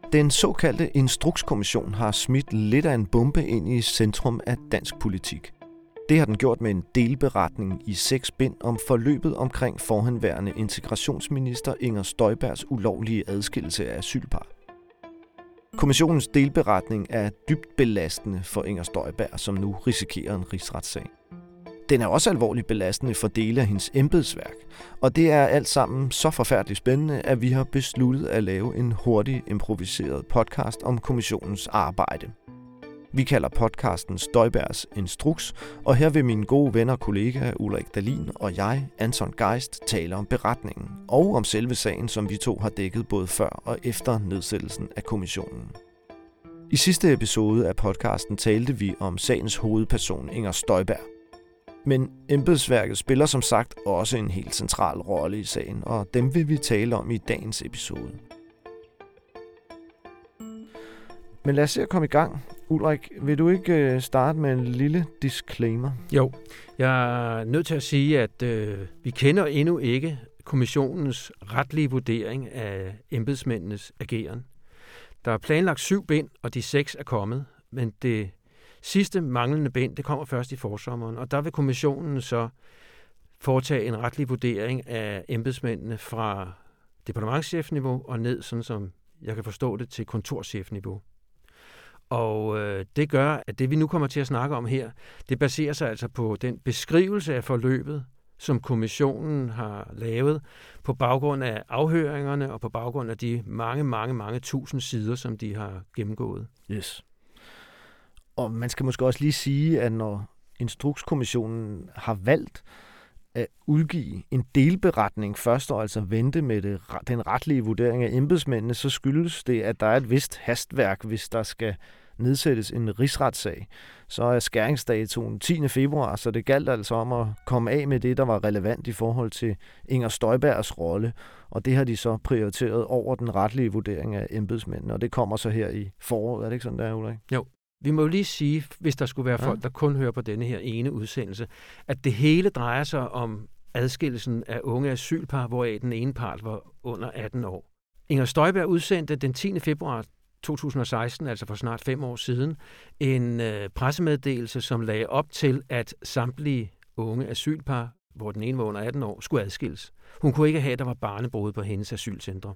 Den såkaldte Instrukskommission har smidt lidt af en bombe ind i centrum af dansk politik. Det har den gjort med en delberetning i 6 bind om forløbet omkring forhenværende integrationsminister Inger Støjbergs ulovlige adskillelse af asylpar. Kommissionens delberetning er dybt belastende for Inger Støjberg, som nu risikerer en rigsretssag. Den er også alvorligt belastende for dele af hendes embedsværk, og det er alt sammen så forfærdeligt spændende, at vi har besluttet at lave en hurtig improviseret podcast om kommissionens arbejde. Vi kalder podcasten Støjbergs Instruks, og her vil mine gode venner og kollega Ulrik Dahlin og jeg, Anton Geist, tale om beretningen og om selve sagen, som vi to har dækket både før og efter nedsættelsen af kommissionen. I sidste episode af podcasten talte vi om sagens hovedperson Inger Støjberg. Men embedsværket spiller som sagt også en helt central rolle i sagen, og dem vil vi tale om i dagens episode. Men lad os se at komme i gang. Ulrik, vil du ikke starte med en lille disclaimer? Jo, jeg er nødt til at sige, at vi kender endnu ikke kommissionens retlige vurdering af embedsmændenes ageren. Der er planlagt 7 bind, og de 6 er kommet, men det sidste manglende bind, det kommer først i forsommeren, og der vil kommissionen så foretage en retlig vurdering af embedsmændene fra departementschefniveau og ned, sådan som jeg kan forstå det, til kontorchefniveau. Og det gør, at det vi nu kommer til at snakke om her, det baserer sig altså på den beskrivelse af forløbet, som kommissionen har lavet på baggrund af afhøringerne og på baggrund af de mange tusind sider, som de har gennemgået. Yes. Og man skal måske også lige sige, at når Instrukskommissionen har valgt at udgive en delberetning først og altså vente med den retlige vurdering af embedsmændene, så skyldes det, at der er et vist hastværk, hvis der skal nedsættes en rigsretssag. Så er skæringsdatoen 10. februar, så det galt altså om at komme af med det, der var relevant i forhold til Inger Støjbergs rolle, og det har de så prioriteret over den retlige vurdering af embedsmændene, og det kommer så her i foråret. Er det ikke sådan, der, Ulrik? Jo. Vi må jo lige sige, hvis der skulle være folk, der kun hører på denne her ene udsendelse, at det hele drejer sig om adskillelsen af unge asylpar, hvoraf den ene part var under 18 år. Inger Støjberg udsendte den 10. februar 2016, altså for snart 5 år siden, en pressemeddelelse, som lagde op til, at samtlige unge asylpar, hvor den ene var under 18 år, skulle adskilles. Hun kunne ikke have, at der var barnebrud på hendes asylcentre.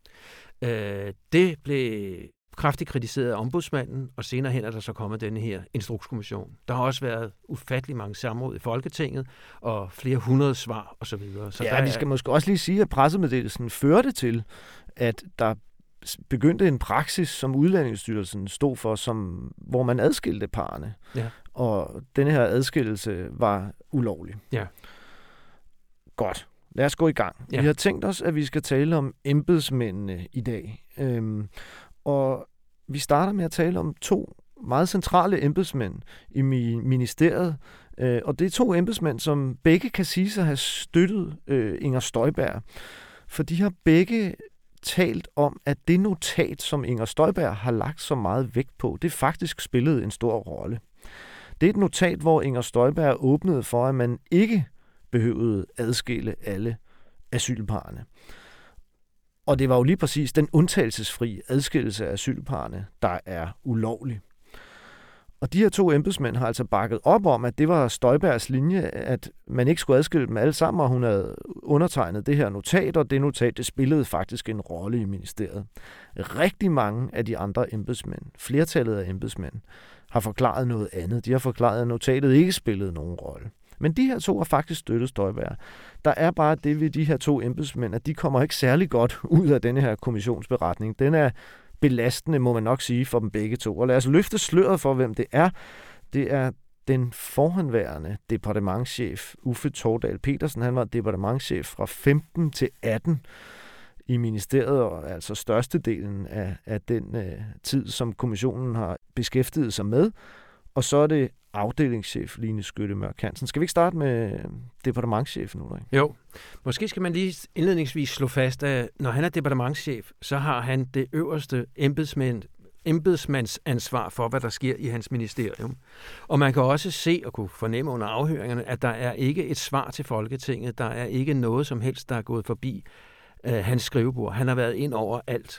Det blev kraftigt kritiseret af ombudsmanden, og senere hen er der så kommet denne her instrukskommission. Der har også været ufattelig mange samråd i Folketinget, og flere 100 svar osv. Så vi skal måske også lige sige, at pressemeddelelsen førte til, at der begyndte en praksis, som Udlændingestyrelsen stod for, hvor man adskilte parerne. Ja. Og denne her adskillelse var ulovlig. Ja. Godt. Lad os gå i gang. Ja. Vi har tænkt os, at vi skal tale om embedsmændene i dag. Og vi starter med at tale om 2 meget centrale embedsmænd i ministeriet. Og det er 2 embedsmænd, som begge kan sige at have støttet Inger Støjberg. For de har begge talt om, at det notat, som Inger Støjberg har lagt så meget vægt på, det faktisk spillede en stor rolle. Det er et notat, hvor Inger Støjberg åbnede for, at man ikke behøvede adskille alle asylparerne. Og det var jo lige præcis den undtagelsesfri adskillelse af asylparerne, der er ulovlig. Og de her 2 embedsmænd har altså bakket op om, at det var Støjbergs linje, at man ikke skulle adskille dem alle sammen, og hun havde undertegnet det her notat, og det notat, det spillede faktisk en rolle i ministeriet. Rigtig mange af de andre embedsmænd, flertallet af embedsmænd, har forklaret noget andet. De har forklaret, at notatet ikke spillede nogen rolle. Men de her 2 har faktisk støttet Støjberg. Der er bare det ved de her 2 embedsmænd, at de kommer ikke særlig godt ud af denne her kommissionsberetning. Den er belastende, må man nok sige, for dem begge 2. Og lad os løfte sløret for, hvem det er. Det er den forhenværende departementschef Uffe Thordal Petersen. Han var departementschef fra 15 til 18 i ministeriet, og altså størstedelen af den tid, som kommissionen har beskæftiget sig med. Og så er det afdelingschef Line Skytte Mørk Hansen. Skal vi ikke starte med departementschefen nu? Ikke? Jo. Måske skal man lige indledningsvis slå fast, at når han er departementschef, så har han det øverste embedsmandsansvar for, hvad der sker i hans ministerium. Og man kan også se og kunne fornemme under afhøringerne, at der er ikke et svar til Folketinget. Der er ikke noget som helst, der er gået forbi hans skrivebord. Han har været ind over alt.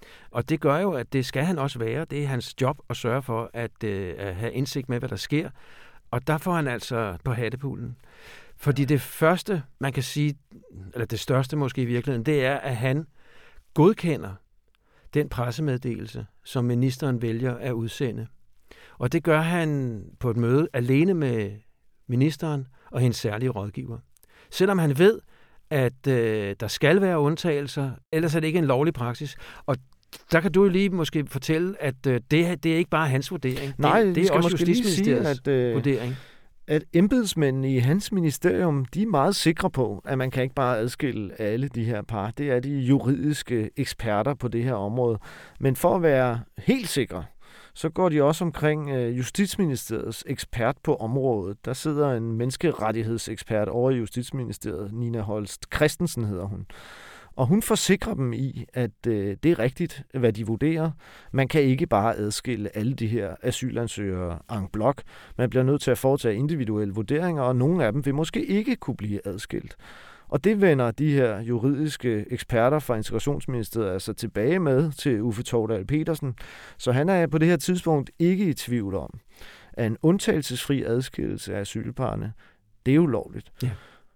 Og det gør jo, at det skal han også være. Det er hans job at sørge for at have indsigt med, hvad der sker. Og der får han altså på hattepulen. Fordi det første, man kan sige, eller det største måske i virkeligheden, det er, at han godkender den pressemeddelelse, som ministeren vælger at udsende. Og det gør han på et møde alene med ministeren og hendes særlige rådgiver. Selvom han ved, at der skal være undtagelser, ellers er det ikke en lovlig praksis. Og der kan du jo lige måske fortælle, at det er ikke bare hans vurdering. Nej, det er også Justitsministeriets vurdering. At embedsmændene i hans ministerium, de er meget sikre på, at man kan ikke bare adskille alle de her par. Det er de juridiske eksperter på det her område. Men for at være helt sikre, så går de også omkring Justitsministeriets ekspert på området. Der sidder en menneskerettighedsekspert over i Justitsministeriet, Nina Holst Christensen hedder hun. Og hun forsikrer dem i, at det er rigtigt, hvad de vurderer. Man kan ikke bare adskille alle de her asylansøgere en bloc. Man bliver nødt til at foretage individuelle vurderinger, og nogle af dem vil måske ikke kunne blive adskilt. Og det vender de her juridiske eksperter fra Integrationsministeriet altså tilbage med til Uffe Toudal Petersen. Så han er på det her tidspunkt ikke i tvivl om, at en undtagelsesfri adskillelse af asylparerne, det er ulovligt. Ja.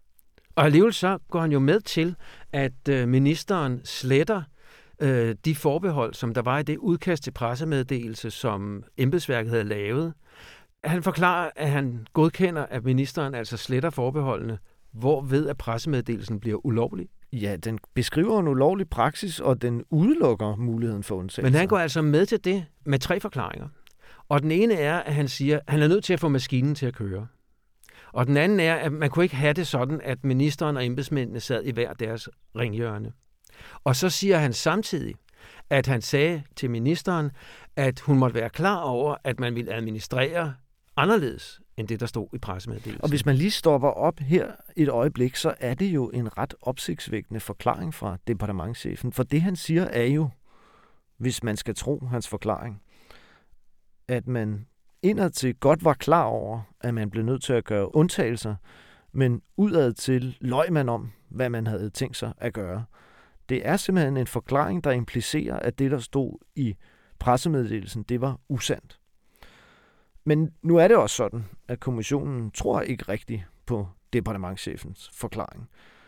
Og alligevel så går han jo med til, at ministeren sletter de forbehold, som der var i det udkast til pressemeddelelse, som embedsværket havde lavet. Han forklarer, at han godkender, at ministeren altså sletter forbeholdene, hvorved at pressemeddelelsen bliver ulovlig. Ja, den beskriver en ulovlig praksis, og den udelukker muligheden for undtagelse. Men han går altså med til det med 3 forklaringer. Og den ene er, at han siger, at han er nødt til at få maskinen til at køre. Og den anden er, at man kunne ikke have det sådan, at ministeren og embedsmændene sad i hver deres ringhjørne. Og så siger han samtidig, at han sagde til ministeren, at hun måtte være klar over, at man ville administrere anderledes end det, der stod i pressemeddelelsen. Og hvis man lige stopper op her et øjeblik, så er det jo en ret opsigtsvækkende forklaring fra departementschefen. For det, han siger, er jo, hvis man skal tro hans forklaring, at man indadtil godt var klar over, at man blev nødt til at gøre undtagelser, men udadtil løj man om, hvad man havde tænkt sig at gøre. Det er simpelthen en forklaring, der implicerer, at det, der stod i pressemeddelelsen, det var usandt. Men nu er det også sådan, at kommissionen tror ikke rigtigt på departementschefens forklaring.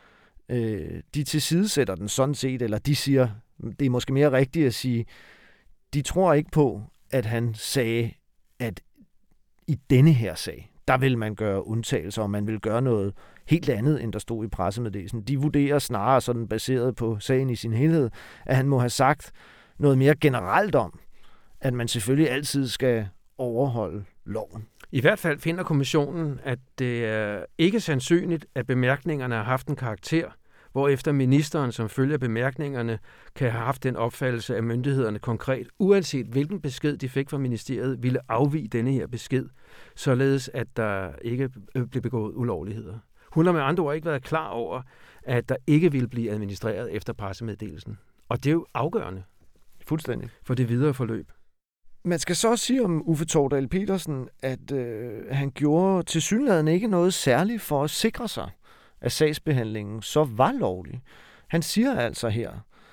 De tilsidesætter den sådan set, eller de siger, det er måske mere rigtigt at sige, de tror ikke på, at han sagde, at i denne her sag, der vil man gøre undtagelser, og man vil gøre noget helt andet, end der stod i pressemeddelelsen. De vurderer snarere sådan baseret på sagen i sin helhed, at han må have sagt noget mere generelt om, at man selvfølgelig altid skal overholde loven. I hvert fald finder kommissionen, at det er ikke sandsynligt, at bemærkningerne har haft en karakter, hvorefter ministeren som følge af bemærkningerne kan have haft den opfattelse af myndighederne konkret, uanset hvilken besked de fik fra ministeriet, ville afvige denne her besked, således at der ikke blev begået ulovligheder. Hun har med andre ord ikke været klar over, at der ikke ville blive administreret efter pressemeddelelsen. Og det er jo afgørende. Fuldstændig. For det videre forløb. Man skal så sige om Uffe Toudal Petersen, at han gjorde tilsyneladende ikke noget særligt for at sikre sig, at sagsbehandlingen så var lovlig. Han siger altså her,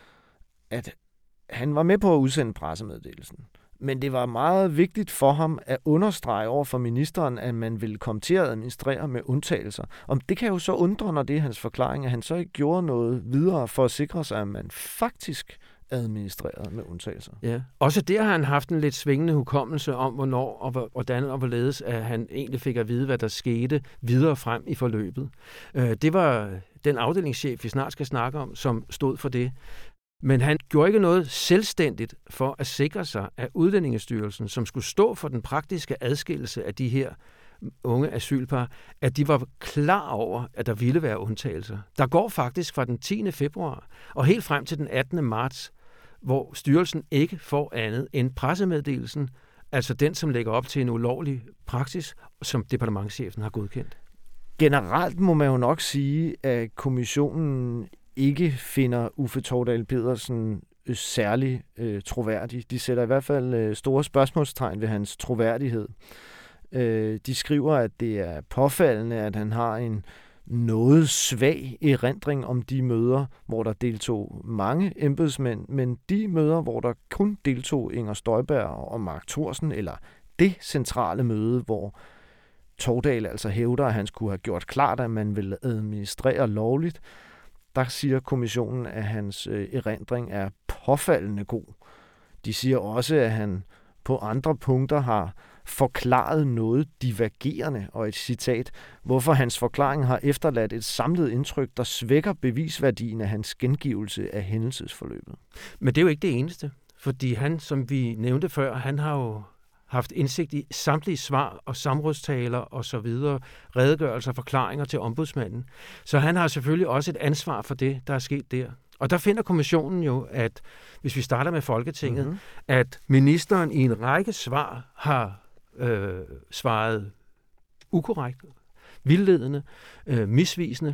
at han var med på at udsende pressemeddelelsen. Men det var meget vigtigt for ham at understrege over for ministeren, at man ville komme til at administrere med undtagelser. Og det kan jo så undre, når det er hans forklaring, at han så ikke gjorde noget videre for at sikre sig, at man faktisk administreret med undtagelser. Ja. Også der har han haft en lidt svingende hukommelse om, hvornår og hvordan og hvorledes, at han egentlig fik at vide, hvad der skete videre frem i forløbet. Det var den afdelingschef, vi snart skal snakke om, som stod for det. Men han gjorde ikke noget selvstændigt for at sikre sig, at Udlændingestyrelsen, som skulle stå for den praktiske adskillelse af de her unge asylpar, at de var klar over, at der ville være undtagelser. Der går faktisk fra den 10. februar og helt frem til den 18. marts, hvor styrelsen ikke får andet end pressemeddelelsen, altså den, som lægger op til en ulovlig praksis, som departementschefen har godkendt. Generelt må man jo nok sige, at kommissionen ikke finder Uffe Toudal Petersen særlig troværdig. De sætter i hvert fald store spørgsmålstegn ved hans troværdighed. De skriver, at det er påfaldende, at han har en noget svag erindring om de møder, hvor der deltog mange embedsmænd, men de møder, hvor der kun deltog Inger Støjberg og Mark Thorsen, eller det centrale møde, hvor Thordal altså hævder, at han skulle have gjort klart, at man ville administrere lovligt, der siger kommissionen, at hans erindring er påfaldende god. De siger også, at han på andre punkter har forklaret noget divergerende, og et citat, hvorfor hans forklaring har efterladt et samlet indtryk, der svækker bevisværdien af hans gengivelse af hændelsesforløbet. Men det er jo ikke det eneste, fordi han, som vi nævnte før, han har jo haft indsigt i samtlige svar og samrådstaler og så videre, redegørelser og forklaringer til ombudsmanden. Så han har selvfølgelig også et ansvar for det, der er sket der. Og der finder kommissionen jo, at hvis vi starter med Folketinget, at ministeren i en række svar har svaret ukorrekt, vildledende, misvisende,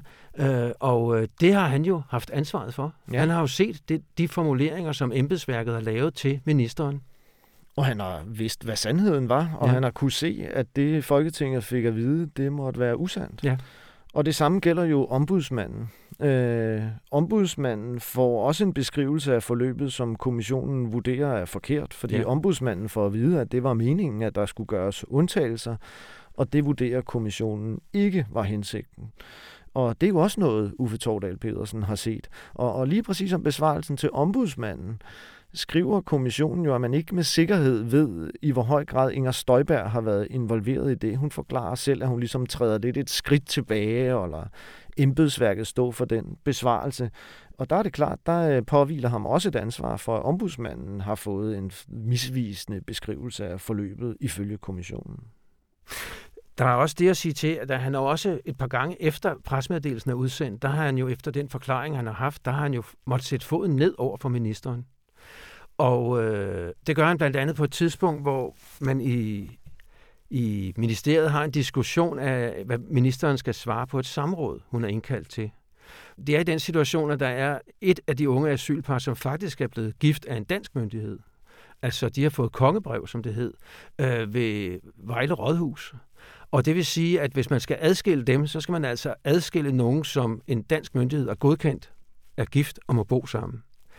og det har han jo haft ansvaret for. Ja. Han har jo set de formuleringer, som embedsværket har lavet til ministeren. Og han har vidst, hvad sandheden var, og han har kunne se, at det Folketinget fik at vide, det måtte være usandt. Ja. Og det samme gælder jo ombudsmanden. Ombudsmanden får også en beskrivelse af forløbet, som kommissionen vurderer er forkert, fordi ombudsmanden får at vide, at det var meningen, at der skulle gøres undtagelser, og det vurderer kommissionen ikke var hensigten. Og det er jo også noget, Uffe Thordal Pedersen har set. Og lige præcis om besvarelsen til ombudsmanden, skriver kommissionen jo, at man ikke med sikkerhed ved, i hvor høj grad Inger Støjberg har været involveret i det. Hun forklarer selv, at hun ligesom træder lidt et skridt tilbage, eller embedsværket står for den besvarelse. Og der er det klart, der påhviler ham også et ansvar for, at ombudsmanden har fået en misvisende beskrivelse af forløbet ifølge kommissionen. Der er også det at sige til, at han har også et par gange efter pressemeddelelsen er udsendt, der har han jo efter den forklaring, han har haft, der har han jo måttet sætte foden ned over for ministeren. Og det gør han blandt andet på et tidspunkt, hvor man i ministeriet har en diskussion af, hvad ministeren skal svare på et samråd, hun er indkaldt til. Det er i den situation, at der er et af de unge asylpar, som faktisk er blevet gift af en dansk myndighed. Altså, de har fået kongebrev, som det hed, ved Vejle Rådhus. Og det vil sige, at hvis man skal adskille dem, så skal man altså adskille nogen, som en dansk myndighed er godkendt, er gift og må bo sammen.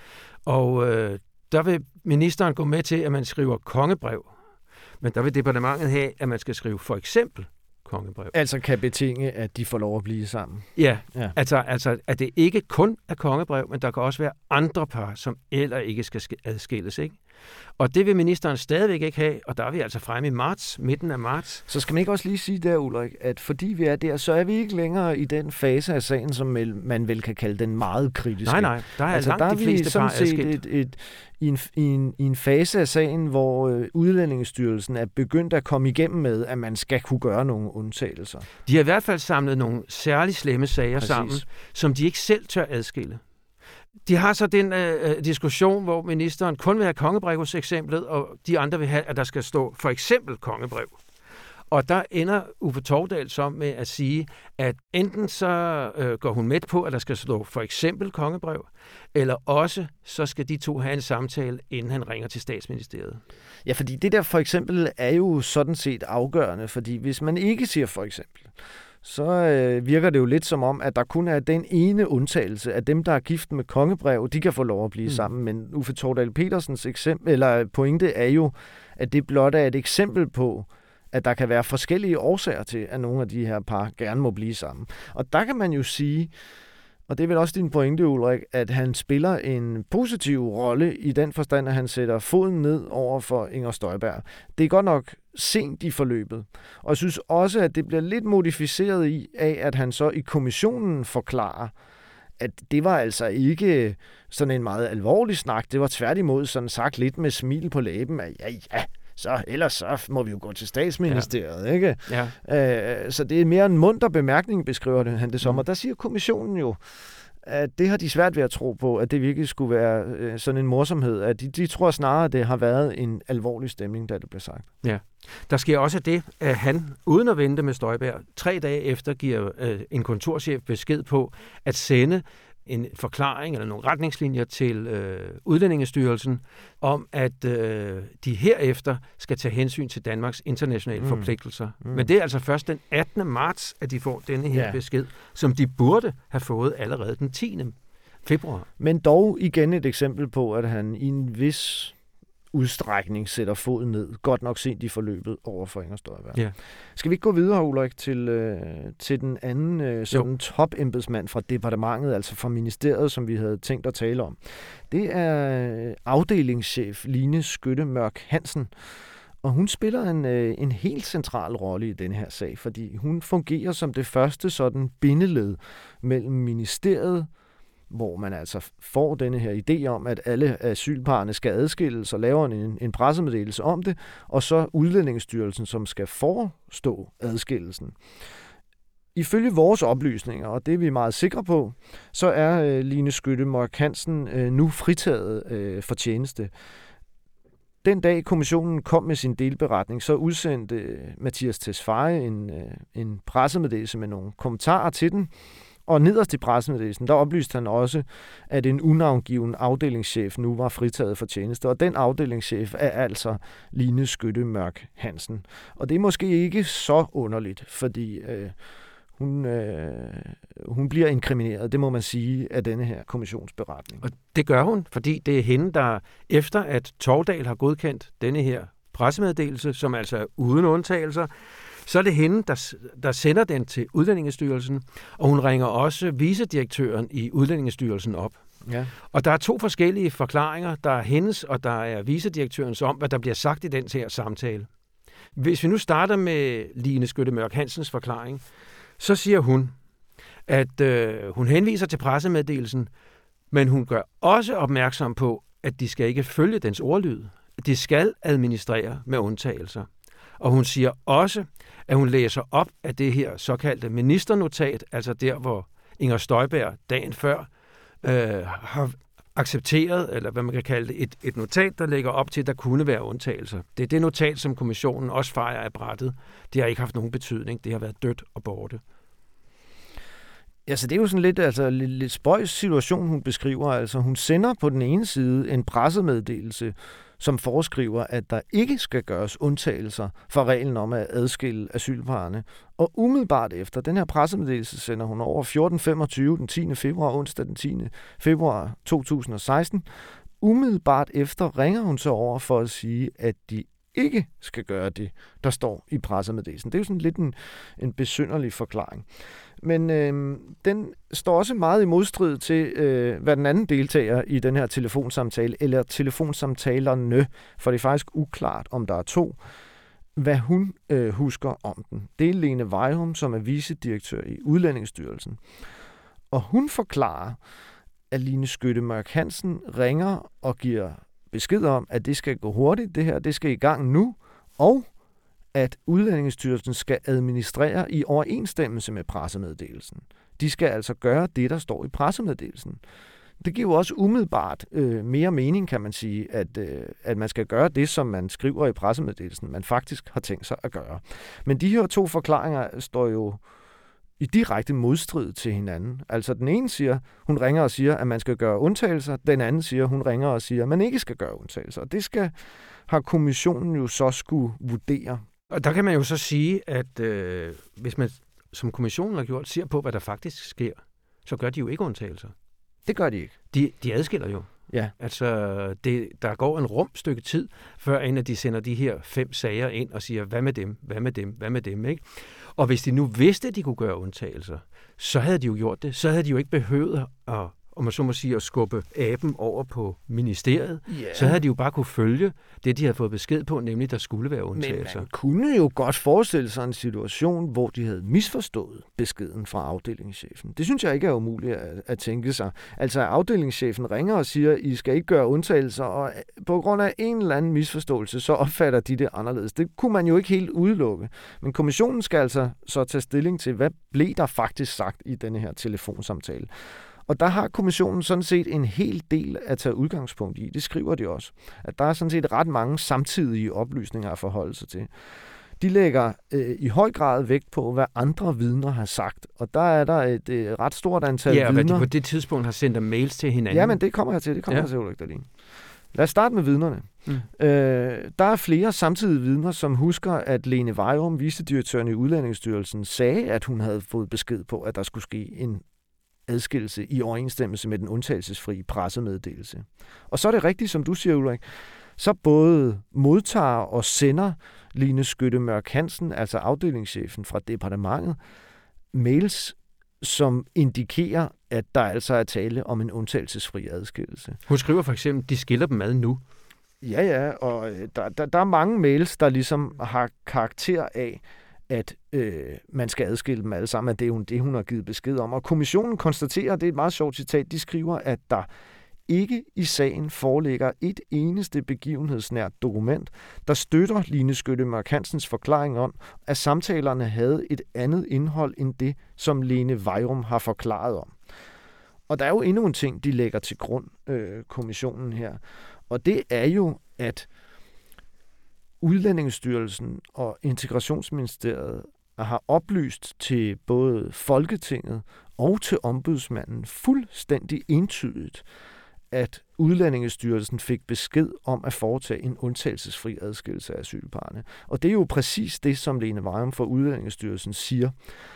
Og der vil ministeren gå med til, at man skriver kongebrev. Men der vil departementet have, at man skal skrive for eksempel kongebrev. Altså kan betinge, at de får lov at blive sammen. Ja. Altså at det ikke kun er kongebrev, men der kan også være andre par, som eller ikke skal adskilles, ikke? Og det vil ministeren stadigvæk ikke have, og der er vi altså fremme i marts, midten af marts. Så skal man ikke også lige sige der, Ulrik, at fordi vi er der, så er vi ikke længere i den fase af sagen, som man vel kan kalde den meget kritiske. Nej, der er altså langt de fleste par adskilt. I en fase af sagen, hvor Udlændingestyrelsen er begyndt at komme igennem med, at man skal kunne gøre nogle undtagelser. De har i hvert fald samlet nogle særligt slemme sager sammen, som de ikke selv tør adskille. De har så den diskussion, hvor ministeren kun vil have kongebrevseksemplet, og de andre vil have, at der skal stå for eksempel kongebrev. Og der ender Uffe Thordal så med at sige, at enten så går hun med på, at der skal stå for eksempel kongebrev, eller også så skal de to have en samtale, inden han ringer til Statsministeriet. Ja, fordi det der for eksempel er jo sådan set afgørende, fordi hvis man ikke siger for eksempel, så virker det jo lidt som om, at der kun er den ene undtagelse, at dem, der er gift med kongebrev, de kan få lov at blive sammen. Men Uffe Thordal Petersens pointe er jo, at det blot er et eksempel på, at der kan være forskellige årsager til, at nogle af de her par gerne må blive sammen. Og der kan man jo sige, og det er vel også din pointe, Ulrik, at han spiller en positiv rolle i den forstand, at han sætter foden ned over for Inger Støjberg. Det er godt nok sent i forløbet. Og jeg synes også, at det bliver lidt modificeret af, at han så i kommissionen forklarer, at det var altså ikke sådan en meget alvorlig snak. Det var tværtimod sådan sagt lidt med smil på læben, at ja, så ellers så må vi jo gå til Statsministeriet, ikke? Ja. Så det er mere en munter bemærkning, beskriver han det som. Og der siger kommissionen jo, at det har de svært ved at tro på, at det virkelig skulle være sådan en morsomhed. At de tror snarere, at det har været en alvorlig stemning, da det blev sagt. Ja. Der sker også det, at han, uden at vente med Støjberg, 3 dage efter giver en kontorchef besked på at sende en forklaring eller nogle retningslinjer til Udlændingestyrelsen om, at de herefter skal tage hensyn til Danmarks internationale forpligtelser. Men det er altså først den 18. marts, at de får denne her besked, som de burde have fået allerede den 10. februar. Men dog igen et eksempel på, at han i en vis udstrækning sætter foden ned. Godt nok sent i forløbet over for Inger Støjberg. Ja. Skal vi ikke gå videre, Ulrik, til den anden sådan topembedsmand fra departementet, altså fra ministeriet, som vi havde tænkt at tale om? Det er afdelingschef Line Skytte Mørk Hansen. Og hun spiller en helt central rolle i denne her sag, fordi hun fungerer som det første sådan bindeled mellem ministeriet, hvor man altså får denne her idé om, at alle asylparerne skal adskilles og laver en pressemeddelelse om det, og så Udlændingestyrelsen, som skal forestå adskillelsen. Ifølge vores oplysninger, og det er vi meget sikre på, så er Line Skytte Mørk Hansen nu fritaget for tjeneste. Den dag kommissionen kom med sin delberetning, så udsendte Mathias Tesfaye en pressemeddelelse med nogle kommentarer til den. Og nederst i pressemeddelelsen, der oplyste han også, at en unavngiven afdelingschef nu var fritaget for tjeneste. Og den afdelingschef er altså Line Skytte Mørk Hansen. Og det er måske ikke så underligt, fordi hun bliver inkrimineret, det må man sige, af denne her kommissionsberetning. Og det gør hun, fordi det er hende, der efter at Tovdal har godkendt denne her pressemeddelelse, som altså er uden undtagelser, så er det hende, der sender den til Udlændingestyrelsen, og hun ringer også vicedirektøren i Udlændingestyrelsen op. Ja. Og der er 2 forskellige forklaringer, der er hendes, og der er vicedirektørens om, hvad der bliver sagt i den her samtale. Hvis vi nu starter med Line Skytte Mørk Hansens forklaring, så siger hun, at hun henviser til pressemeddelelsen, men hun gør også opmærksom på, at de skal ikke følge dens ordlyd. De skal administrere med undtagelser. Og hun siger også, at hun læser op af det her såkaldte ministernotat, altså der, hvor Inger Støjberg dagen før har accepteret, eller hvad man kan kalde det, et notat, der lægger op til, at der kunne være undtagelser. Det er det notat, som kommissionen også fejrer af brættet. Det har ikke haft nogen betydning. Det har været dødt og borte. Ja, så det er jo sådan lidt spøjs situation, hun beskriver. Altså, hun sender på den ene side en pressemeddelelse, som foreskriver, at der ikke skal gøres undtagelser fra reglen om at adskille asylparerne. Og umiddelbart efter, den her pressemeddelelse sender hun over 14.25 den 10. februar, onsdag den 10. februar 2016. Umiddelbart efter ringer hun så over for at sige, at de ikke skal gøre det, der står i pressemeddelelsen. Det er jo sådan lidt en besynderlig forklaring. Men den står også meget i modstrid til, hvad den anden deltager i den her telefonsamtale, eller telefonsamtalerne, for det er faktisk uklart, om der er 2, hvad hun husker om den. Det er Lene Vejhum, som er vicedirektør i Udlændingestyrelsen. Og hun forklarer, at Line Skytte Mørk Hansen ringer og giver besked om, at det skal gå hurtigt, det skal i gang nu, og at Udlændingestyrelsen skal administrere i overensstemmelse med pressemeddelelsen. De skal altså gøre det, der står i pressemeddelelsen. Det giver jo også umiddelbart mere mening, kan man sige, at man skal gøre det, som man skriver i pressemeddelelsen, man faktisk har tænkt sig at gøre. Men de her 2 forklaringer står jo i direkte modstrid til hinanden. Altså den ene siger, hun ringer og siger, at man skal gøre undtagelser. Den anden siger, hun ringer og siger, at man ikke skal gøre undtagelser. Og det har kommissionen jo så skulle vurdere. Og der kan man jo så sige, at hvis man, som kommissionen har gjort, ser på, hvad der faktisk sker, så gør de jo ikke undtagelser. Det gør de ikke. De adskiller jo. Ja. Altså, der går en stykke tid, før en af de sender de her 5 sager ind og siger, hvad med dem, ikke? Og hvis de nu vidste, at de kunne gøre undtagelser, så havde de jo gjort det. Så havde de jo ikke behøvet at skubbe aben over på ministeriet. Yeah. Så havde de jo bare kunne følge det, de havde fået besked på, nemlig der skulle være undtagelser. Men man kunne jo godt forestille sig en situation, hvor de havde misforstået beskeden fra afdelingschefen. Det synes jeg ikke er umuligt at tænke sig. Altså afdelingschefen ringer og siger, I skal ikke gøre undtagelser, og på grund af en eller anden misforståelse, så opfatter de det anderledes. Det kunne man jo ikke helt udelukke. Men kommissionen skal altså så tage stilling til, hvad blev der faktisk sagt i denne her telefonsamtale. Og der har kommissionen sådan set en hel del at tage udgangspunkt i. Det skriver de også. At der er sådan set ret mange samtidige oplysninger at forholde sig til. de lægger i høj grad vægt på, hvad andre vidner har sagt. Og der er der et ret stort antal vidner. Ja, og hvad de på det tidspunkt har sendt mails til hinanden. Ja, men det kommer jeg til. Ulrik Dahlin. Lad os starte med vidnerne. Der er flere samtidige vidner, som husker, at Lene Vejrum, vicedirektøren i Udlændingsstyrelsen, sagde, at hun havde fået besked på, at der skulle ske en adskillelse i overensstemmelse med den undtagelsesfrie pressemeddelelse. Og så er det rigtigt, som du siger, Ulrik, så både modtager og sender Line Skytte Mørk Hansen, altså afdelingschefen fra departementet, mails, som indikerer, at der altså er tale om en undtagelsesfri adskillelse. Hun skriver for eksempel, de skiller dem ad nu. Ja, og der er mange mails, der ligesom har karakter af, at man skal adskille dem alle sammen, at det er det, hun har givet besked om. Og kommissionen konstaterer, det er et meget sjovt citat, de skriver, at der ikke i sagen foreligger et eneste begivenhedsnært dokument, der støtter Line Skytte Mørk Hansens forklaring om, at samtalerne havde et andet indhold end det, som Lene Vejrum har forklaret om. Og der er jo endnu en ting, de lægger til grund, kommissionen her, og det er jo, at Udlændingsstyrelsen og Integrationsministeriet har oplyst til både Folketinget og til ombudsmanden fuldstændig entydigt, at Udlændingestyrelsen fik besked om at foretage en undtagelsesfri adskillelse af asylparrene. Og det er jo præcis det, som Lene Vejrum fra Udlændingestyrelsen siger.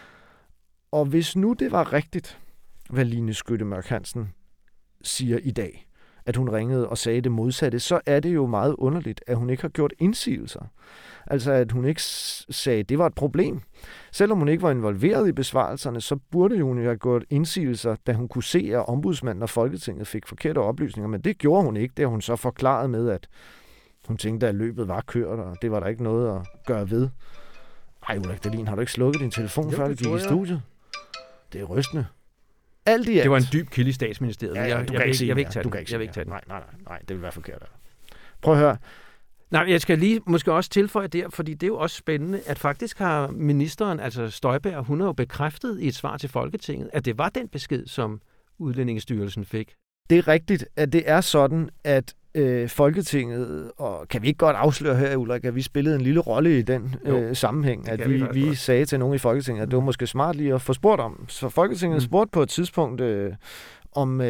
Og hvis nu det var rigtigt, hvad Line Skytte Mørk Hansen siger i dag, at hun ringede og sagde det modsatte, så er det jo meget underligt, at hun ikke har gjort indsigelser. Altså, at hun ikke sagde, at det var et problem. Selvom hun ikke var involveret i besvarelserne, så burde hun jo have gjort indsigelser, da hun kunne se, at ombudsmanden og Folketinget fik forkerte oplysninger. Men det gjorde hun ikke. Det har hun så forklaret med, at hun tænkte, at løbet var kørt, og det var der ikke noget at gøre ved. Ej, Ulrik Dahlin, har du ikke slukket din telefon, før du gik i studiet? Det er rystende. Alt i alt. Det var en dyb kilde i Statsministeriet. Ja, jeg vil ikke tage den. Nej, det vil være forkert. Prøv at høre. Nej, jeg skal lige måske også tilføje der, fordi det er jo også spændende, at faktisk har ministeren, altså Støjberg, hun har jo bekræftet i et svar til Folketinget, at det var den besked, som Udlændingestyrelsen fik. Det er rigtigt, at det er sådan, at Folketinget, og kan vi ikke godt afsløre her, Ulrik, at vi spillede en lille rolle i den sammenhæng, at vi sagde til nogen i Folketinget, at det var måske smart lige at få spurgt om. Så Folketinget spurgte på et tidspunkt, om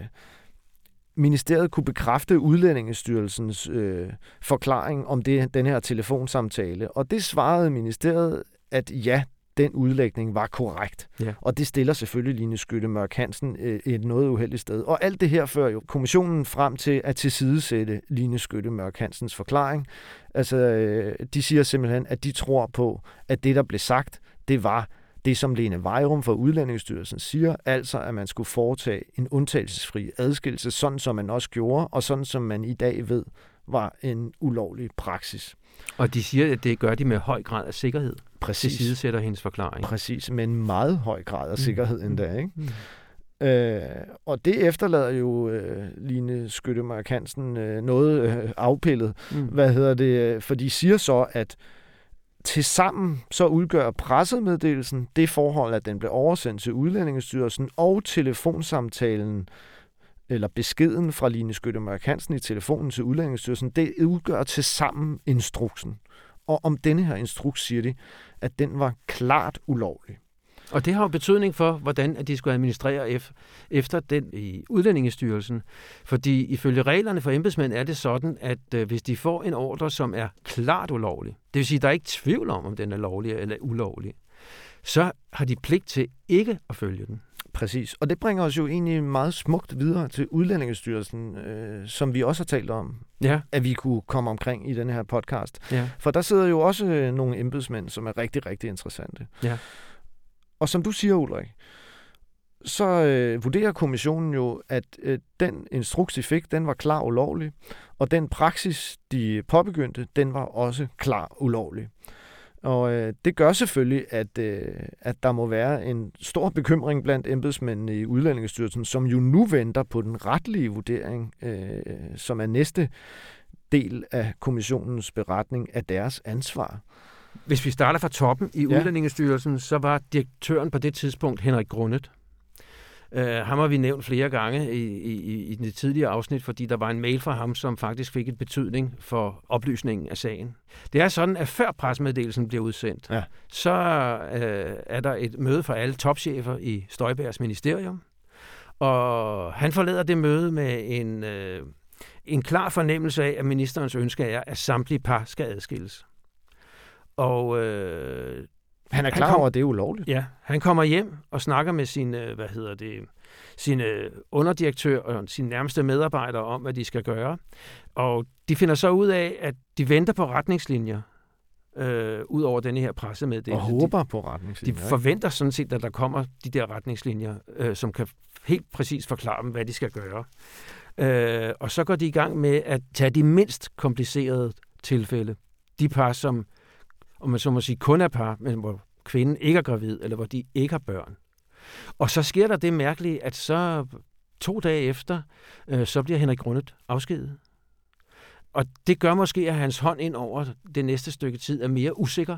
ministeriet kunne bekræfte Udlændingestyrelsens forklaring om den her telefonsamtale. Og det svarede ministeriet, at ja, den udlægning var korrekt. Ja. Og det stiller selvfølgelig Line Skytte Mørk Hansen et noget uheldigt sted. Og alt det her fører jo kommissionen frem til at tilsidesætte Line Skytte Mørk Hansens forklaring. Altså, de siger simpelthen, at de tror på, at det, der blev sagt, det var det, som Lene Vejrum fra Udlændingsstyrelsen siger, altså at man skulle foretage en undtagelsesfri adskillelse, sådan som man også gjorde, og sådan som man i dag ved, var en ulovlig praksis. Og de siger, at det gør de med høj grad af sikkerhed. Præcis. Det sidesætter hendes forklaring. Præcis, med en meget høj grad af sikkerhed endda, ikke? Og det efterlader jo Line Skytte Mørk Hansen noget afpillet. For de siger så, at tilsammen så udgør pressemeddelelsen det forhold, at den blev oversendt til Udlændingestyrelsen, og telefonsamtalen eller beskeden fra Line Skytte Mørk Hansen i telefonen til Udlændingestyrelsen, det udgør tilsammen instruksen. Og om denne her instruks siger de, at den var klart ulovlig. Og det har jo betydning for, hvordan at de skulle administrere efter den i Udlændingestyrelsen. Fordi ifølge reglerne for embedsmænd er det sådan, at hvis de får en ordre, som er klart ulovlig, det vil sige, at der er ikke tvivl om den er lovlig eller ulovlig, så har de pligt til ikke at følge den. Præcis, og det bringer os jo egentlig meget smukt videre til Udlændingestyrelsen, som vi også har talt om, at vi kunne komme omkring i den her podcast. Ja. For der sidder jo også nogle embedsmænd, som er rigtig, rigtig interessante. Ja. Og som du siger, Ulrik, så vurderer kommissionen jo, at den instruks, de fik, den var klar ulovlig, og den praksis, de påbegyndte, den var også klar ulovlig. Og det gør selvfølgelig, at der må være en stor bekymring blandt embedsmændene i Udlændingestyrelsen, som jo nu venter på den retlige vurdering, som er næste del af kommissionens beretning af deres ansvar. Hvis vi starter fra toppen i Udlændingestyrelsen, så var direktøren på det tidspunkt Henrik Grundet. Ham har vi nævnt flere gange i det tidligere afsnit, fordi der var en mail fra ham, som faktisk fik en betydning for oplysningen af sagen. Det er sådan, at før pressemeddelelsen bliver udsendt, så er der et møde for alle topchefer i Støjbergs ministerium, og han forlader det møde med en klar fornemmelse af, at ministerens ønske er, at samtlige par skal adskilles. Og han er klar over, at det er ulovligt. Ja, han kommer hjem og snakker med sine underdirektør og sine nærmeste medarbejdere om, hvad de skal gøre. Og de finder så ud af, at de venter på retningslinjer ud over denne her pressemeddelelse. Og håber på retningslinjer. De forventer sådan set, at der kommer de der retningslinjer, som kan helt præcis forklare dem, hvad de skal gøre. Og så går de i gang med at tage de mindst komplicerede tilfælde. De par, som om man så må sige kun er par, men hvor kvinden ikke er gravid, eller hvor de ikke har børn. Og så sker der det mærkelige, at så 2 dage efter, så bliver Henrik Grønnet afskediget. Og det gør måske, at hans hånd ind over det næste stykke tid er mere usikker.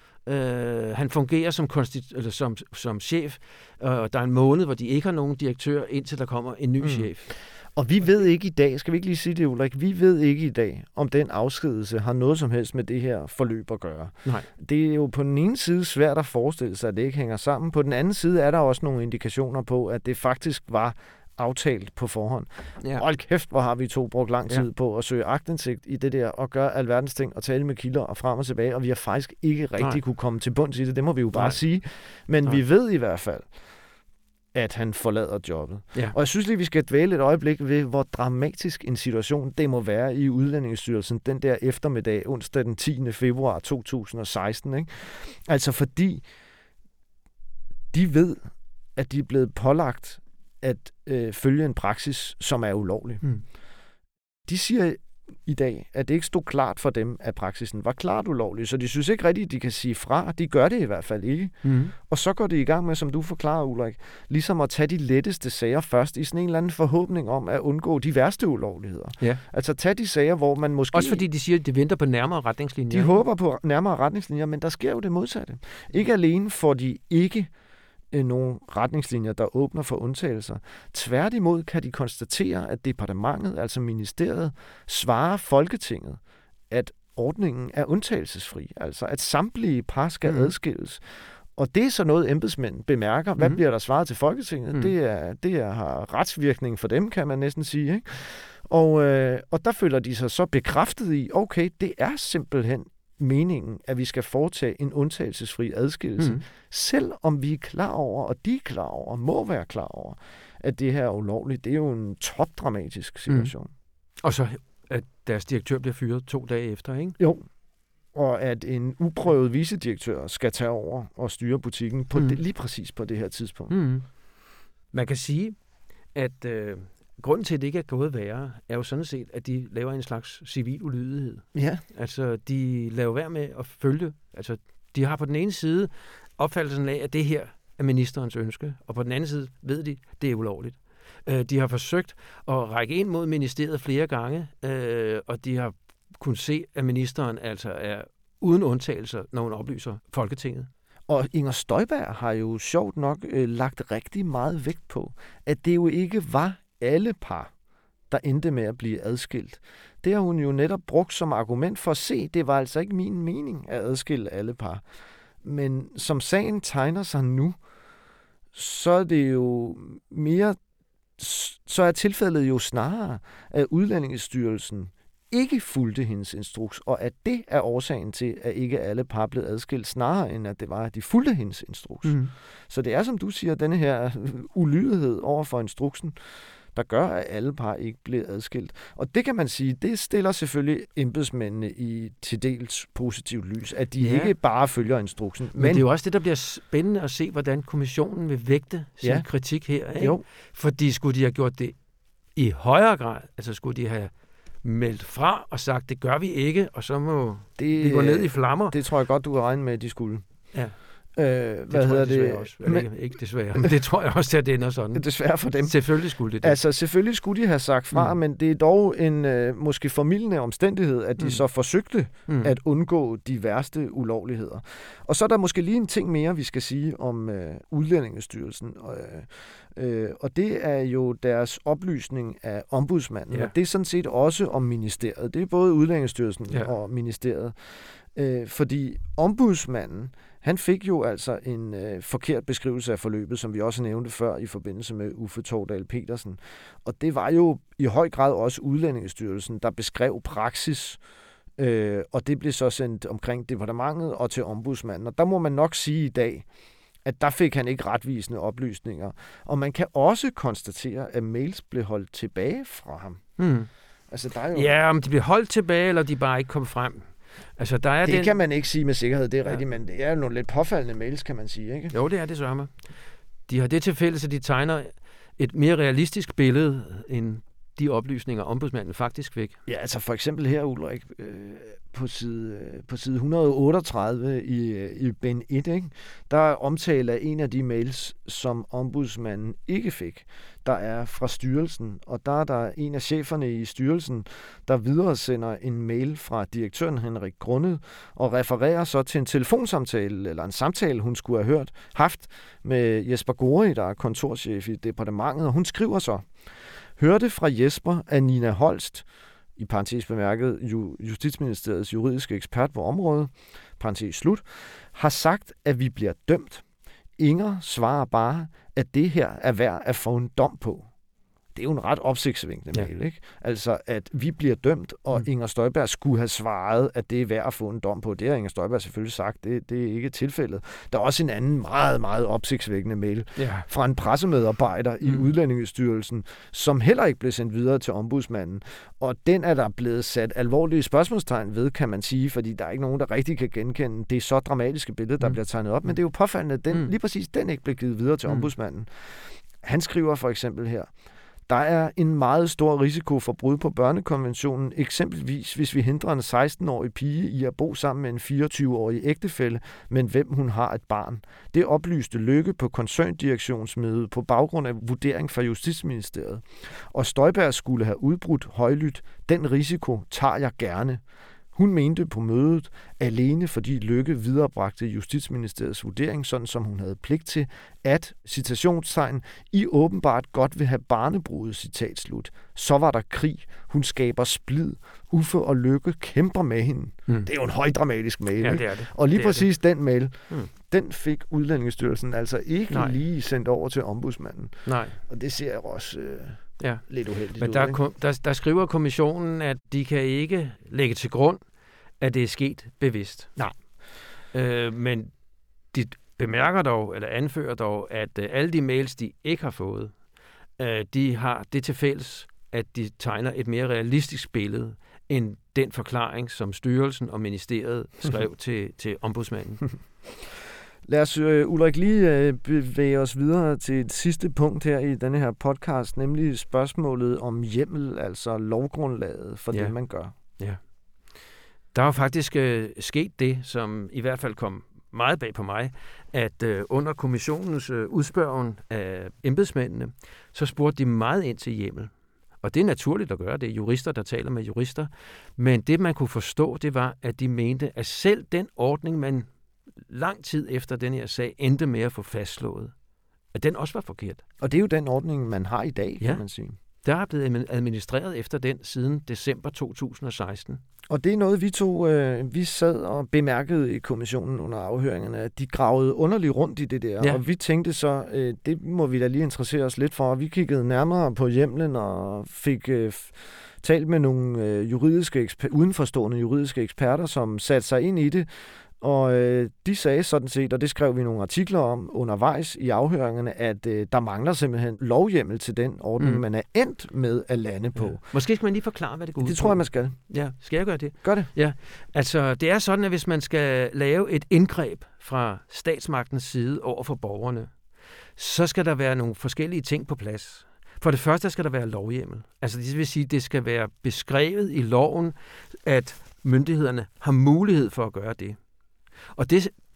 Han fungerer som chef, og der er en måned, hvor de ikke har nogen direktør, indtil der kommer en ny chef. Og vi ved ikke i dag, skal vi ikke lige sige det, Ulrik, vi ved ikke i dag, om den afskedelse har noget som helst med det her forløb at gøre. Nej. Det er jo på den ene side svært at forestille sig, at det ikke hænger sammen. På den anden side er der også nogle indikationer på, at det faktisk var aftalt på forhånd. Ja. Hold kæft, hvor har vi 2 brugt lang tid på at søge aktindsigt i det der, og gøre alverdens ting, og tale med kilder og frem og tilbage, og vi har faktisk ikke rigtig kunne komme til bunds i det. Det må vi jo bare sige. Men vi ved i hvert fald, at han forlader jobbet. Ja. Og jeg synes lige, vi skal dvæle et øjeblik ved, hvor dramatisk en situation det må være i Udlændingestyrelsen den der eftermiddag, onsdag den 10. februar 2016. Ikke? Altså fordi de ved, at de er blevet pålagt at følge en praksis, som er ulovlig. De siger i dag, at det ikke stod klart for dem, at praksisen var klart ulovlig, så de synes ikke rigtigt, at de kan sige fra. De gør det i hvert fald ikke. Og så går de i gang med, som du forklarer, Ulrik, ligesom at tage de letteste sager først, i sådan en eller anden forhåbning om at undgå de værste ulovligheder. Ja. Altså tage de sager, hvor man måske... Også fordi de siger, at de venter på nærmere retningslinjer. De håber på nærmere retningslinjer, men der sker jo det modsatte. Ikke alene får de ikke nogle retningslinjer, der åbner for undtagelser. Tværtimod kan de konstatere, at departementet, altså ministeriet, svarer Folketinget, at ordningen er undtagelsesfri, altså at samtlige par skal adskilles. Og det er så noget, embedsmænd bemærker. Hvad bliver der svaret til Folketinget? Det har retsvirkning for dem, kan man næsten sige. Ikke? Og der føler de sig så bekræftet i, okay, det er simpelthen meningen, at vi skal foretage en undtagelsesfri adskillelse, selvom vi er klar over, og de er klar over, og må være klar over, at det her er ulovligt. Det er jo en topdramatisk situation. Og så at deres direktør bliver fyret 2 dage efter, ikke? Jo, og at en uprøvet vicedirektør skal tage over og styre butikken på lige præcis på det her tidspunkt. Man kan sige, at grunden til, at det ikke er gået værre, er jo sådan set, at de laver en slags civil ulydighed. Ja. Altså, de laver værd med at følge. Altså, de har på den ene side opfattelsen af, at det her er ministerens ønske, og på den anden side ved de, at det er ulovligt. De har forsøgt at række ind mod ministeriet flere gange, og de har kunnet se, at ministeren altså er uden undtagelser, når hun oplyser Folketinget. Og Inger Støjberg har jo sjovt nok lagt rigtig meget vægt på, at det jo ikke var alle par, der endte med at blive adskilt. Det har hun jo netop brugt som argument for at se, det var altså ikke min mening at adskille alle par. Men som sagen tegner sig nu, så er det jo mere, så er tilfældet jo snarere, at Udlændingestyrelsen ikke fulgte hendes instruks, og at det er årsagen til, at ikke alle par blev adskilt, snarere end at det var, at de fulgte hendes instruks. Så det er, som du siger, denne her ulydighed over for instruksen, der gør, at alle par ikke blev adskilt. Og det kan man sige, det stiller selvfølgelig embedsmændene i til dels positivt lys, at de ikke bare følger instruksen. Men det er jo også det, der bliver spændende at se, hvordan kommissionen vil vægte sin kritik her. Ikke? Jo. Fordi skulle de have gjort det i højere grad, altså skulle de have meldt fra og sagt, det gør vi ikke, og så må vi gå ned i flammer. Det tror jeg godt, du kan regne med, at de skulle. Ja. Ikke desværre, men det tror jeg også, at det ender sådan. Desværre for dem. Selvfølgelig skulle det. Altså, selvfølgelig skulle de have sagt fra, men det er dog en måske formildende omstændighed, at de så forsøgte at undgå de værste ulovligheder. Og så er der måske lige en ting mere, vi skal sige om Udlændingestyrelsen. Og det er jo deres oplysning af ombudsmanden. Ja. Og det er sådan set også om ministeriet. Det er både Udlændingestyrelsen og ministeriet. Fordi ombudsmanden, han fik jo altså en forkert beskrivelse af forløbet, som vi også nævnte før i forbindelse med Uffe Tourdal Petersen. Og det var jo i høj grad også Udlændingestyrelsen, der beskrev praksis, og det blev så sendt omkring departementet og til ombudsmanden. Og der må man nok sige i dag, at der fik han ikke retvisende oplysninger. Og man kan også konstatere, at mails blev holdt tilbage fra ham. Altså, der er jo... Ja, om de blev holdt tilbage, eller de bare ikke kom frem. Altså, der er det kan man ikke sige med sikkerhed, det er rigtigt, men det er nogle lidt påfaldende mails, kan man sige, ikke? Jo, det er det sørme. De har det til fælles, at de tegner et mere realistisk billede, end de oplysninger, ombudsmanden faktisk fik. Ja, altså for eksempel her, Ulrik, på side 138 i bind 1, ikke? Der omtaler en af de mails, som ombudsmanden ikke fik, der er fra styrelsen, og der er der en af cheferne i styrelsen, der videre sender en mail fra direktøren Henrik Grundet, og refererer så til en telefonsamtale, eller en samtale, hun skulle have haft med Jesper Gori, der er kontorchef i departementet, og hun skriver så: hørte fra Jesper, at Nina Holst, i parentes bemærket Justitsministeriets juridiske ekspert på området, parentes slut, har sagt, at vi bliver dømt. Inger svarer bare, at det her er værd at få en dom på. Det er jo en ret opsigtsvækkende mail, ikke? Altså, at vi bliver dømt, og Inger Støjberg skulle have svaret, at det er værd at få en dom på. Det har Inger Støjberg selvfølgelig sagt. Det er ikke tilfældet. Der er også en anden meget, meget opsigtsvækkende mail fra en pressemedarbejder i Udlændingestyrelsen, som heller ikke blev sendt videre til ombudsmanden. Og den er der blevet sat alvorlige spørgsmålstegn ved, kan man sige, fordi der er ikke nogen, der rigtig kan genkende det så dramatiske billede, der bliver tegnet op. Men det er jo påfaldende, at lige præcis den ikke blev givet videre til ombudsmanden. Han skriver for eksempel her: der er en meget stor risiko for brud på børnekonventionen, eksempelvis hvis vi hindrer en 16-årig pige i at bo sammen med en 24-årig ægtefælle, men hvem hun har et barn. Det oplyste Lykke på koncerndirektionsmødet på baggrund af vurdering fra Justitsministeriet. Og Støjberg skulle have udbrudt højlydt: den risiko tager jeg gerne. Hun mente på mødet, alene fordi Lykke viderebragte Justitsministeriets vurdering, sådan som hun havde pligt til, at, citationstegn, I åbenbart godt vil have barnebrud, citat slut. Så var der krig. Hun skaber splid. Uffe og Lykke kæmper med hende. Det er jo en højdramatisk mail. Ja, det er det. Og lige præcis den mail, den fik Udlændingestyrelsen altså ikke lige sendt over til ombudsmanden. Nej. Og det ser jeg også lidt uheldigt men ud. Men der skriver kommissionen, at de kan ikke lægge til grund, at det er sket bevidst. Nej. Men de bemærker dog, eller anfører dog, at alle de mails, de ikke har fået, de har det til fælles, at de tegner et mere realistisk billede end den forklaring, som styrelsen og ministeriet skrev til ombudsmanden. Lad os, Ulrik, lige bevæge os videre til et sidste punkt her i denne her podcast, nemlig spørgsmålet om hjemmel, altså lovgrundlaget for det, man gør. Ja. Der er faktisk sket det, som i hvert fald kom meget bag på mig, at under kommissionens udspørgen af embedsmændene, så spurgte de meget ind til hjemmel. Og det er naturligt at gøre, det er jurister, der taler med jurister. Men det, man kunne forstå, det var, at de mente, at selv den ordning, man lang tid efter den her sag endte med at få fastslået, at den også var forkert. Og det er jo den ordning, man har i dag, kan man sige. Der er blevet administreret efter den siden december 2016. Og det er noget, vi sad og bemærkede i kommissionen under afhøringerne, at de gravede underligt rundt i det der. Ja. Og vi tænkte så, det må vi da lige interessere os lidt for. Og vi kiggede nærmere på hjemlen og fik talt med nogle udenforstående juridiske eksperter, som satte sig ind i det. Og de sagde sådan set, og det skrev vi nogle artikler om undervejs i afhøringerne, at der mangler simpelthen lovhjemmel til den ordning, man er endt med at lande på. Ja. Måske skal man lige forklare, hvad det går ud på. Det tror jeg, man skal. Ja, skal jeg gøre det? Gør det. Ja, altså det er sådan, at hvis man skal lave et indgreb fra statsmagtens side over for borgerne, så skal der være nogle forskellige ting på plads. For det første skal der være lovhjemmel. Altså det vil sige, at det skal være beskrevet i loven, at myndighederne har mulighed for at gøre det. Og det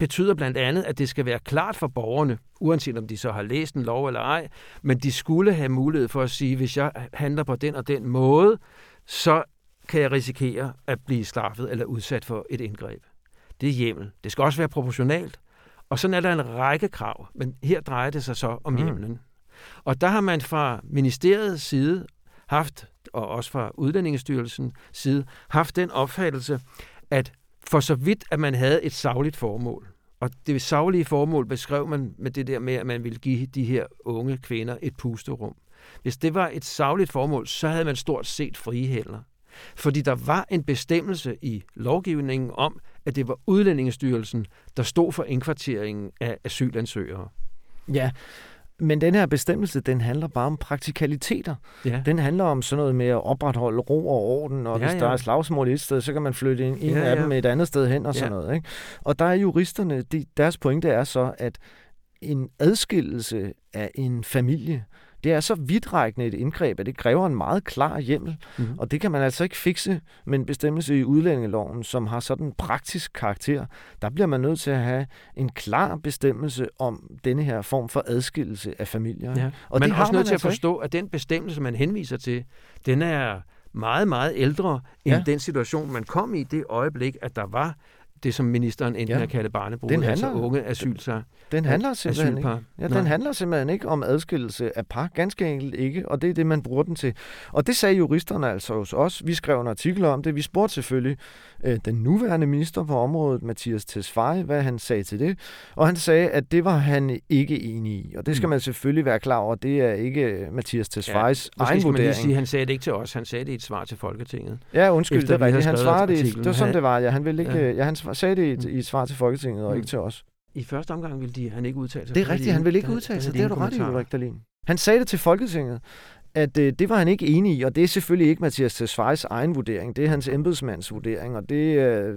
betyder blandt andet, at det skal være klart for borgerne, uanset om de så har læst en lov eller ej, men de skulle have mulighed for at sige, hvis jeg handler på den og den måde, så kan jeg risikere at blive straffet eller udsat for et indgreb. Det er hjemmel. Det skal også være proportionalt. Og sådan er der en række krav, men her drejer det sig så om hjemmelen. Og der har man fra ministeriets side haft, og også fra Udlændingestyrelsens side, haft den opfattelse, at for så vidt, at man havde et sagligt formål, og det saglige formål beskrev man med det der med, at man ville give de her unge kvinder et pusterum. Hvis det var et sagligt formål, så havde man stort set frie hænder. Fordi der var en bestemmelse i lovgivningen om, at det var Udlændingestyrelsen, der stod for indkvarteringen af asylansøgere. Ja, men den her bestemmelse, den handler bare om praktikaliteter. Ja. Den handler om sådan noget med at opretholde ro og orden, og hvis der er slagsmål et sted, så kan man flytte en af dem et andet sted hen og sådan noget. Ikke? Og der er juristerne, deres pointe er så, at en adskillelse af en familie, det er så vidtrækkende et indgreb, at det kræver en meget klar hjemmel, og det kan man altså ikke fikse med en bestemmelse i udlændingeloven, som har sådan en praktisk karakter. Der bliver man nødt til at have en klar bestemmelse om denne her form for adskillelse af familier. Ja. Og man er også nødt til at forstå, at den bestemmelse, man henviser til, den er meget, meget ældre end den situation, man kom i det øjeblik, at der var det, som ministeren enten har kaldt barnebrud, altså unge asylsar. Den handler simpelthen ikke. Ja, den handler simpelthen ikke om adskillelse af par, ganske enkelt ikke, og det er det, man bruger den til. Og det sagde juristerne altså hos os. Vi skrev en artikel om det. Vi spurgte selvfølgelig den nuværende minister på området, Mattias Tesfaye, hvad han sagde til det. Og han sagde, at det var han ikke enig i. Og det skal man selvfølgelig være klar over. Det er ikke Mattias Tesfayes egen vurdering. Man lige sige, han sagde det ikke til os. Han sagde det i et svar til Folketinget. Ja, undskyld, det er rigtigt. Han svarede det. Det var sådan, det var. Ja, han ville ikke... han sagde det i et svar til Folketinget, og ikke til os. I første omgang ville han ikke udtale sig. Det er rigtigt, han ville ikke udtale sig. Det er du ret i, Ulrik Dahlin. Han sagde det til Folketinget, at det var han ikke enig i, og det er selvfølgelig ikke Mattias Tesfayes egen vurdering. Det er hans embedsmands vurdering, og det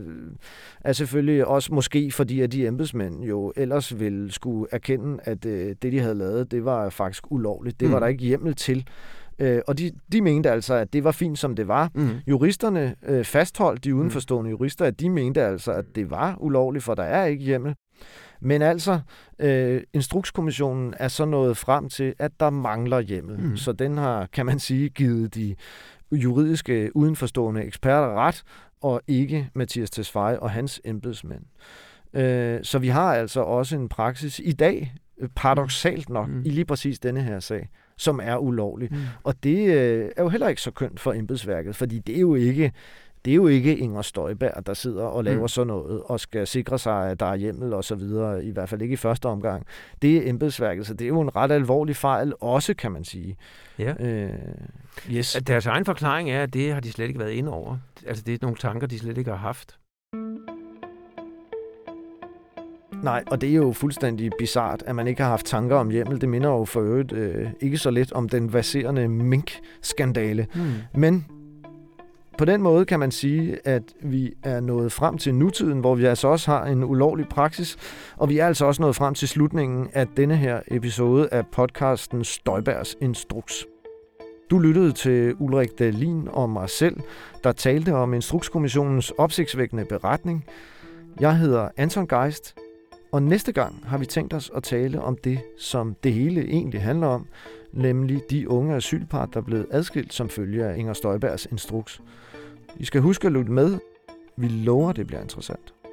er selvfølgelig også måske fordi, at de embedsmænd jo ellers ville skulle erkende, at det, de havde lavet, det var faktisk ulovligt. Det var der ikke hjemmel til. Og de mente altså, at det var fint, som det var. Juristerne fastholdt, de udenforstående jurister, at de mente altså, at det var ulovligt, for der er ikke hjemmel. Men altså, Instrukskommissionen er så nået frem til, at der mangler hjemmel. Så den har, kan man sige, givet de juridiske udenforstående eksperter ret, og ikke Mattias Tesfaye og hans embedsmænd. Så vi har altså også en praksis i dag, paradoksalt nok, i lige præcis denne her sag, som er ulovlig. Og det er jo heller ikke så kønt for embedsværket, fordi det er jo ikke Inger Støjberg, der sidder og laver sådan noget, og skal sikre sig, at der er hjemmel og så videre, i hvert fald ikke i første omgang. Det er embedsværket, så det er jo en ret alvorlig fejl, også kan man sige. Ja. Yes. Deres egen forklaring er, at det har de slet ikke været inde over. Altså det er nogle tanker, de slet ikke har haft. Nej, og det er jo fuldstændig bizart, at man ikke har haft tanker om hjemmel. Det minder jo for øvrigt ikke så lidt om den verserende mink-skandale. Men på den måde kan man sige, at vi er nået frem til nutiden, hvor vi altså også har en ulovlig praksis, og vi er altså også nået frem til slutningen af denne her episode af podcasten Støjbergs Instruks. Du lyttede til Ulrik Dahlin og mig selv, der talte om Instrukskommissionens opsigtsvækkende beretning. Jeg hedder Anton Geist, og næste gang har vi tænkt os at tale om det, som det hele egentlig handler om, nemlig de unge asylpar, der er blevet adskilt som følge af Inger Støjbergs instruks. I skal huske at lytte med. Vi lover, det bliver interessant.